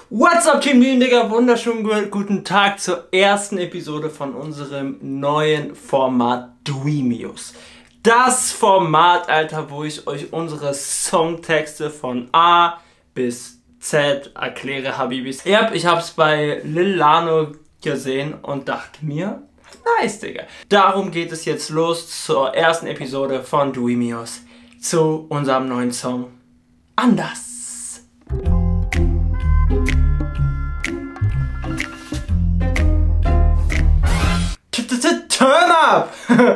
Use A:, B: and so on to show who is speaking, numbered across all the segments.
A: What's up Team Dream, Digga, wunderschönen guten Tag zur ersten Episode von unserem neuen Format Dreamios. Das Format, Alter, wo ich euch unsere Songtexte von A bis Z erkläre, Habibis. Ich hab's bei Lil Lano gesehen und dachte mir, nice, Digga. Darum geht es jetzt los zur ersten Episode von Dreamios, zu unserem neuen Song Anders. Turn up!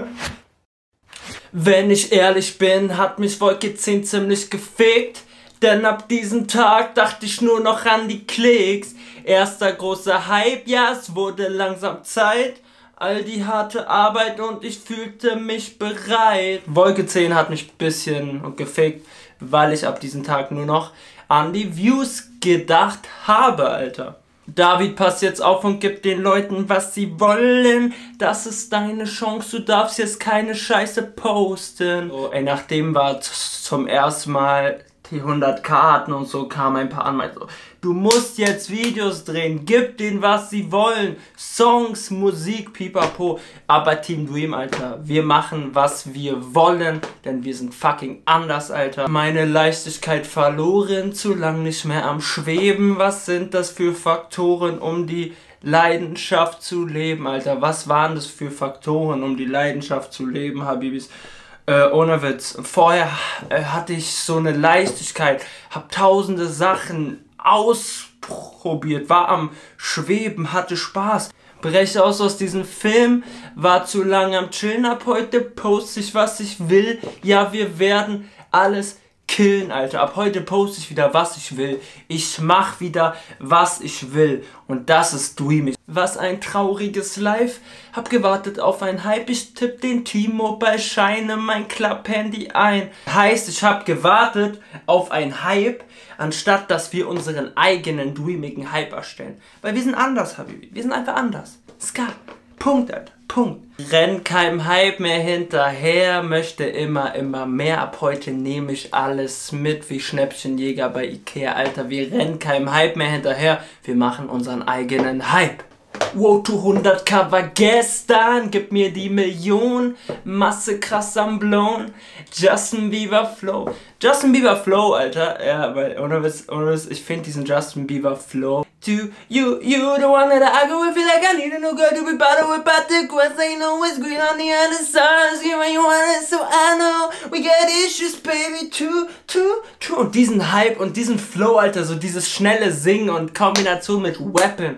A: Wenn ich ehrlich bin, hat mich Wolke 10 ziemlich gefickt. Denn ab diesem Tag dachte ich nur noch an die Klicks. Erster großer Hype, ja, es wurde langsam Zeit. All die harte Arbeit und ich fühlte mich bereit. Wolke 10 hat mich ein bisschen gefickt, weil ich ab diesem Tag nur noch an die Views gedacht habe, Alter. David, pass jetzt auf und gib den Leuten, was sie wollen. Das ist deine Chance, du darfst jetzt keine Scheiße posten. So, nachdem wir zum ersten Mal die 100k hatten und so, kamen ein paar Anmeldungen. So, du musst jetzt Videos drehen, gib denen, was sie wollen. Songs, Musik, pipapo. Aber Team Dream, Alter, wir machen, was wir wollen, denn wir sind fucking anders, Alter. Meine Leichtigkeit verloren, zu lang nicht mehr am Schweben. Was sind das für Faktoren, um die Leidenschaft zu leben, Alter? Was waren das für Faktoren, um die Leidenschaft zu leben, Habibis? Ohne Witz. Vorher hatte ich so eine Leichtigkeit, hab tausende Sachen ausprobiert, war am Schweben, hatte Spaß. Breche aus diesem Film, war zu lange am Chillen, ab heute poste ich, was ich will. Ja, wir werden alles killen, Alter. Ab heute poste ich wieder, was ich will. Ich mach wieder, was ich will. Und das ist Dreamig. Was ein trauriges Live. Hab gewartet auf ein Hype. Ich tipp den T-Mobile Scheine mein Club-Handy ein. Heißt, ich hab gewartet auf ein Hype, anstatt dass wir unseren eigenen dreamigen Hype erstellen. Weil wir sind anders, Habibi. Wir sind einfach anders. Ska. Punkt, Alter. Punkt. Renn keinem Hype mehr hinterher, möchte immer mehr. Ab heute nehme ich alles mit wie Schnäppchenjäger bei Ikea. Alter, wir rennen keinem Hype mehr hinterher, wir machen unseren eigenen Hype. Wow, 200k war gestern, gib mir die Million, Masse krass am Blown, Justin Bieber Flow. Justin Bieber Flow, Alter, ja, weil ohne Witz, ich finde diesen Justin Bieber Flow. You the one that I go with, feel like I need a new girl to be better with, but the grass ain't always green on the other side. See when you want it, so I know we got issues, baby, too. Und diesen Hype und diesen Flow, Alter, so dieses schnelle Singen und Kombination mit Rappen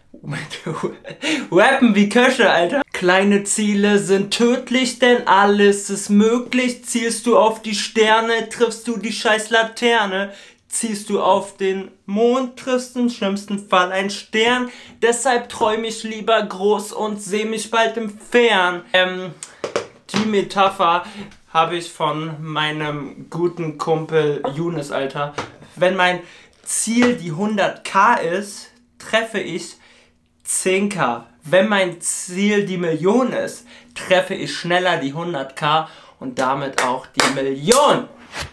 A: wie Köche, Alter. Kleine Ziele sind tödlich, denn alles ist möglich. Zielst du auf die Sterne, triffst du die scheiß Laterne. Ziehst du auf den Mond, triffst im schlimmsten Fall ein Stern. Deshalb träume ich lieber groß und sehe mich bald im Fern. Die Metapher habe ich von meinem guten Kumpel Younes, Alter. Wenn mein Ziel die 100k ist, treffe ich 10k. Wenn mein Ziel die Million ist, treffe ich schneller die 100k und damit auch die Million.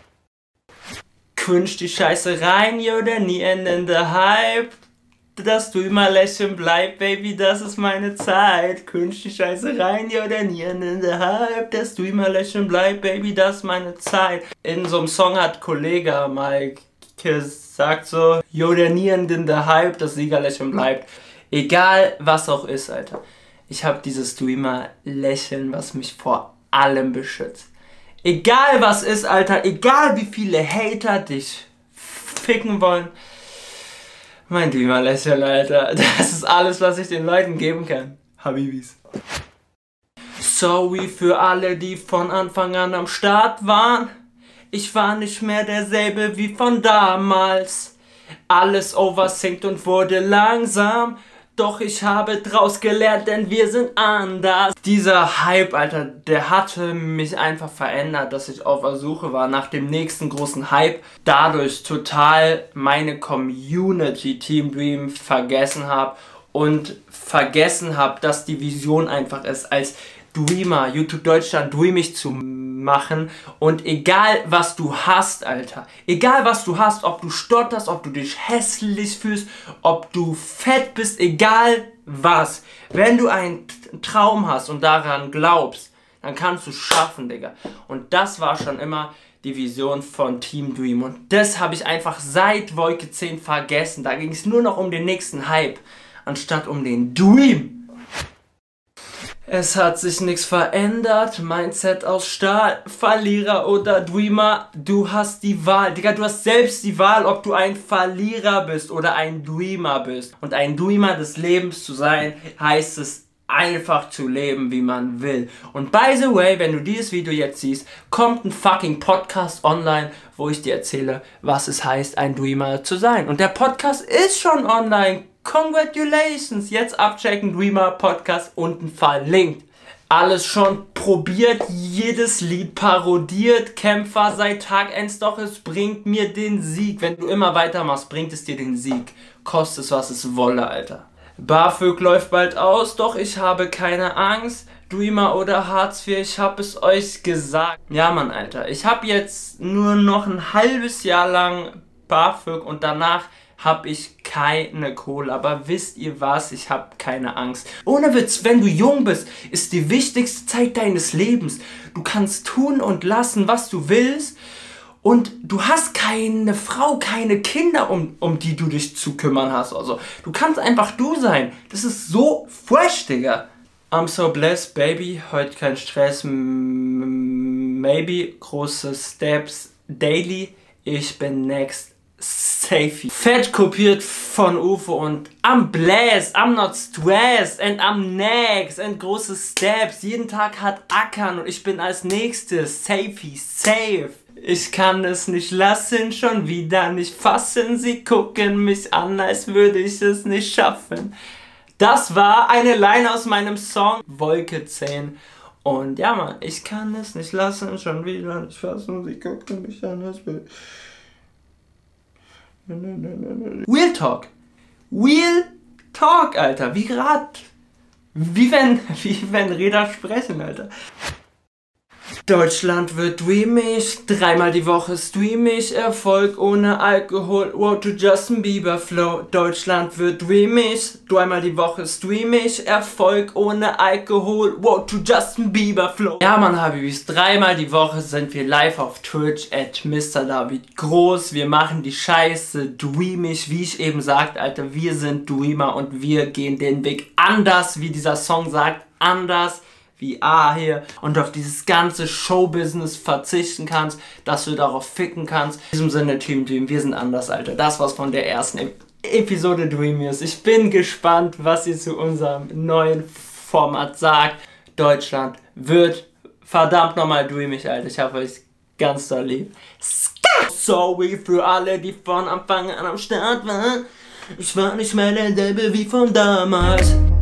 A: Wünsch die Scheiße rein, yo, der nie endende Hype. Dass du immer lächeln bleib, Baby, das ist meine Zeit. Wünsch die Scheiße rein, yo, der nie endende Hype. Dass du immer lächeln bleib, Baby, das ist meine Zeit. In so einem Song hat Kollege mal gesagt so, yo, der nie endende Hype, das Siegerlächeln bleibt. Egal, was auch ist, Alter. Ich hab dieses Dreamer-Lächeln, was mich vor allem beschützt. Egal was ist, Alter, egal wie viele Hater dich ficken wollen. Mein Dreamer-Lächeln, Alter, das ist alles, was ich den Leuten geben kann. Habibis. Sorry für alle, die von Anfang an am Start waren. Ich war nicht mehr derselbe wie von damals. Alles oversinkt und wurde langsam. Doch ich habe draus gelernt, denn wir sind anders. Dieser Hype, Alter, der hatte mich einfach verändert, dass ich auf der Suche war nach dem nächsten großen Hype. Dadurch total meine Community Team Dream vergessen habe und vergessen habe, dass die Vision einfach ist, als Dreamer, YouTube Deutschland dreamig zu machen und egal was du hast, Alter, egal was du hast, ob du stotterst, ob du dich hässlich fühlst, ob du fett bist, egal was, wenn du einen Traum hast und daran glaubst, dann kannst du es schaffen, Digga. Und das war schon immer die Vision von Team Dream und das habe ich einfach seit Wolke 10 vergessen. Da ging es nur noch um den nächsten Hype, anstatt um den Dream. Es hat sich nichts verändert, Mindset aus Stahl, Verlierer oder Dreamer, du hast die Wahl. Digga, du hast selbst die Wahl, ob du ein Verlierer bist oder ein Dreamer bist. Und ein Dreamer des Lebens zu sein, heißt es einfach zu leben, wie man will. Und by the way, wenn du dieses Video jetzt siehst, kommt ein fucking Podcast online, wo ich dir erzähle, was es heißt, ein Dreamer zu sein. Und der Podcast ist schon online. Congratulations! Jetzt abchecken, Dreamer Podcast unten verlinkt. Alles schon probiert, jedes Lied parodiert, Kämpfer seit Tag 1, doch es bringt mir den Sieg. Wenn du immer weitermachst, bringt es dir den Sieg. Kostet es, was es wolle, Alter. BAföG läuft bald aus, doch ich habe keine Angst. Dreamer oder Hartz IV, ich hab es euch gesagt. Ja, Mann, Alter, ich hab jetzt nur noch ein halbes Jahr lang BAföG und danach habe ich keine Kohle. Aber wisst ihr was? Ich habe keine Angst. Ohne Witz, wenn du jung bist, ist die wichtigste Zeit deines Lebens. Du kannst tun und lassen, was du willst. Und du hast keine Frau, keine Kinder, um die du dich zu kümmern hast. Also, du kannst einfach du sein. Das ist so fresh, Digga. I'm so blessed, baby. Heute kein Stress. Maybe. Große Steps. Daily. Ich bin next. Safety. Fett kopiert von UFO und I'm blessed, I'm not stressed and I'm next and große Steps. Jeden Tag hat Ackern und ich bin als nächstes Safety, safe. Ich kann es nicht lassen, schon wieder nicht fassen. Sie gucken mich an, als würde ich es nicht schaffen. Das war eine Line aus meinem Song Wolke 10. Und ja, Mann, ich kann es nicht lassen, schon wieder nicht fassen. Sie gucken mich an, als würde ich... Real Talk. Real Talk, Alter. Wie wenn Räder sprechen, Alter. Deutschland wird dreamig, dreimal die Woche streamig, Erfolg ohne Alkohol, wow to Justin Bieber Flow. Deutschland wird dreamig, dreimal die Woche streamig, Erfolg ohne Alkohol, wow to Justin Bieber Flow. Ja, Mann, Habibis, dreimal die Woche sind wir live auf Twitch at Mr. David Groß. Wir machen die Scheiße dreamig, wie ich eben sagte, Alter, wir sind Dreamer und wir gehen den Weg anders, wie dieser Song sagt, anders. Wie hier und auf dieses ganze Showbusiness verzichten kannst, dass du darauf ficken kannst. In diesem Sinne, Team Dream, wir sind anders, Alter. Das war's von der ersten Episode Dream News. Ich bin gespannt, was ihr zu unserem neuen Format sagt. Deutschland wird verdammt nochmal dreamig, Alter. Ich habe euch ganz doll lieb. Sorry für alle, die von Anfang an am Start waren. Ich war nicht mehr derselbe wie von damals.